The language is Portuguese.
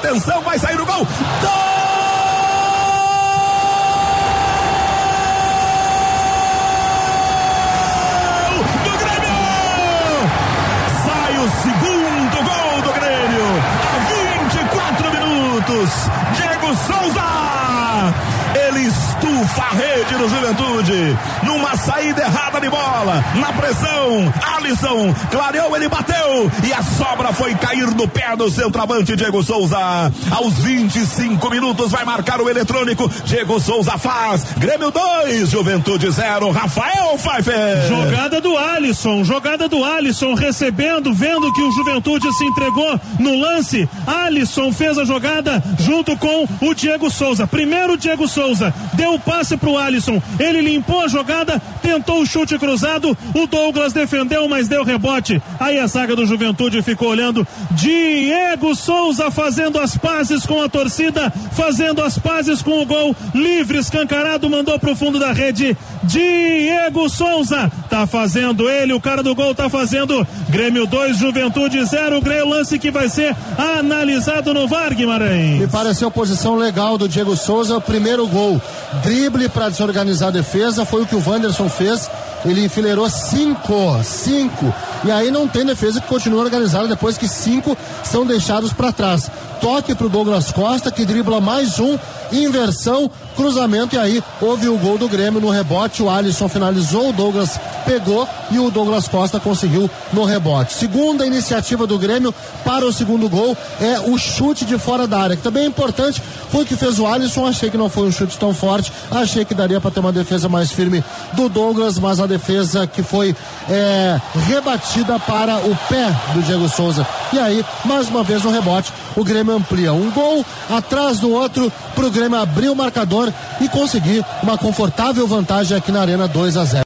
Atenção, vai sair o gol. Segundo gol do Grêmio, há 24 minutos, Diego Souza, ele estufa a rede do Juventude, numa saída errada de bola, na pressão, Alisson clareou, ele bateu, e a sobra foi cair no pé do centroavante Diego Souza. Aos 25 minutos vai marcar o eletrônico, Diego Souza faz, Grêmio 2, Juventude 0, Rafael Pfeiffer. Jogada do Alisson, recebendo, vendo que o Juventude se entregou no lance, Alisson fez a jogada junto com o Diego Souza. Primeiro o Diego Souza deu o passe pro Alisson, ele limpou a jogada, tentou o chute cruzado, o Douglas defendeu, mas deu rebote. Aí a zaga do Juventude ficou olhando, Diego Souza fazendo as pazes com a torcida, fazendo as pazes com o gol, livre, escancarado, mandou pro fundo da rede. Diego Souza tá fazendo ele, o cara do gol tá fazendo. Grêmio 2, Juventude 0, Grêmio, lance que vai ser analisado no VAR, Guimarães. Me pareceu posição legal do Diego Souza, o primeiro gol, drible para desorganizar a defesa, foi o que o Wanderson fez, ele enfileirou 5, e aí não tem defesa que continua organizada depois que 5 são deixados para trás. Toque pro Douglas Costa, que dribla mais um, inversão, cruzamento, e aí houve o gol do Grêmio no rebote, o Alisson finalizou, o Douglas pegou e o Douglas Costa conseguiu no rebote. Segunda iniciativa do Grêmio para o segundo gol é o chute de fora da área, que também é importante, foi o que fez o Alisson, achei que não foi um chute tão forte, achei que daria para ter uma defesa mais firme do Douglas, mas a defesa que foi rebatida para o pé do Diego Souza, e aí mais uma vez no rebote o Grêmio amplia um gol atrás do outro para o Grêmio abrir o marcador e conseguir uma confortável vantagem aqui na Arena 2-0.